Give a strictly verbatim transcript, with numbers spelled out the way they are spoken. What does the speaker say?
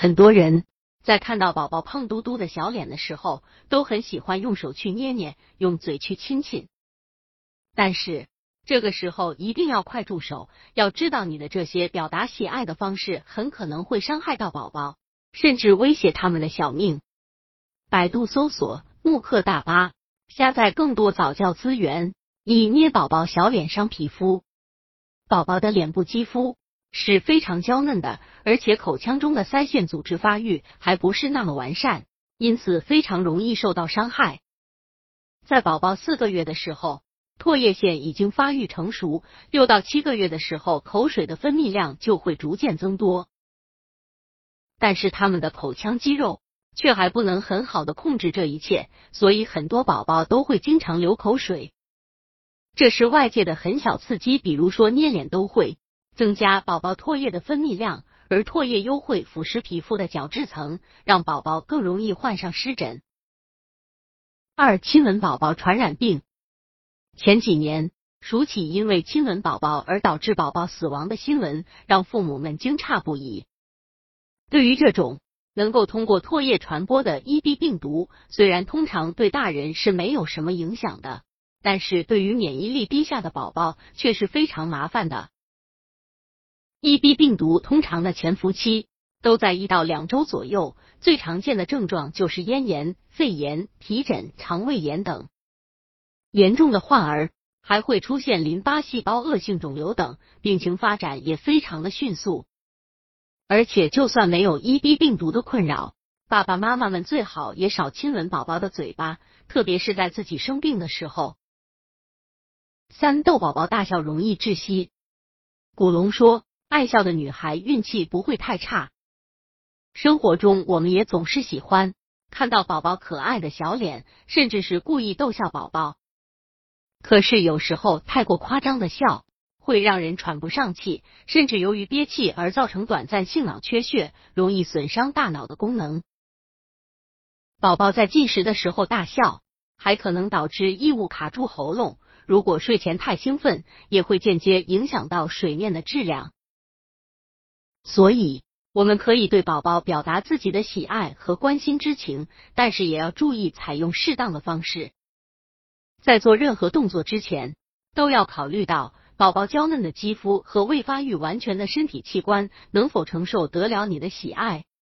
很多人在看到宝宝胖嘟嘟的小脸的时候，都很喜欢用手去捏捏，用嘴去亲亲。但是这个时候一定要快住手，要知道你的这些表达喜爱的方式很可能会伤害到宝宝，甚至威胁他们的小命。百度搜索慕课大巴，下载更多早教资源。一、捏宝宝小脸伤皮肤。宝宝的脸部肌肤是非常娇嫩的，而且口腔中的腮腺组织发育还不是那么完善，因此非常容易受到伤害。在宝宝四个月的时候，唾液腺已经发育成熟，六到七个月的时候，口水的分泌量就会逐渐增多。但是他们的口腔肌肉却还不能很好的控制这一切，所以很多宝宝都会经常流口水。这是外界的很小刺激，比如说捏脸都会增加宝宝唾液的分泌量，而唾液又会腐蚀皮肤的角质层，让宝宝更容易患上湿疹。二、亲吻宝宝传染病。前几年数起因为亲吻宝宝而导致宝宝死亡的新闻，让父母们惊诧不已。对于这种能够通过唾液传播的 E B 病毒，虽然通常对大人是没有什么影响的，但是对于免疫力低下的宝宝却是非常麻烦的。E B 病毒通常的潜伏期都在一到两周左右，最常见的症状就是咽炎、肺炎、皮疹、肠胃炎等。严重的患儿还会出现淋巴细胞恶性肿瘤等，病情发展也非常的迅速。而且就算没有 E B 病毒的困扰，爸爸妈妈们最好也少亲吻宝宝的嘴巴，特别是在自己生病的时候。三、逗宝宝大笑容易窒息。古龙说，爱笑的女孩运气不会太差。生活中我们也总是喜欢看到宝宝可爱的小脸，甚至是故意逗笑宝宝。可是有时候太过夸张的笑会让人喘不上气，甚至由于憋气而造成短暂性脑缺血，容易损伤大脑的功能。宝宝在进食的时候大笑，还可能导致异物卡住喉咙，如果睡前太兴奋，也会间接影响到水面的质量。所以我们可以对宝宝表达自己的喜爱和关心之情，但是也要注意采用适当的方式。在做任何动作之前，都要考虑到宝宝娇嫩的肌肤和未发育完全的身体器官能否承受得了你的喜爱。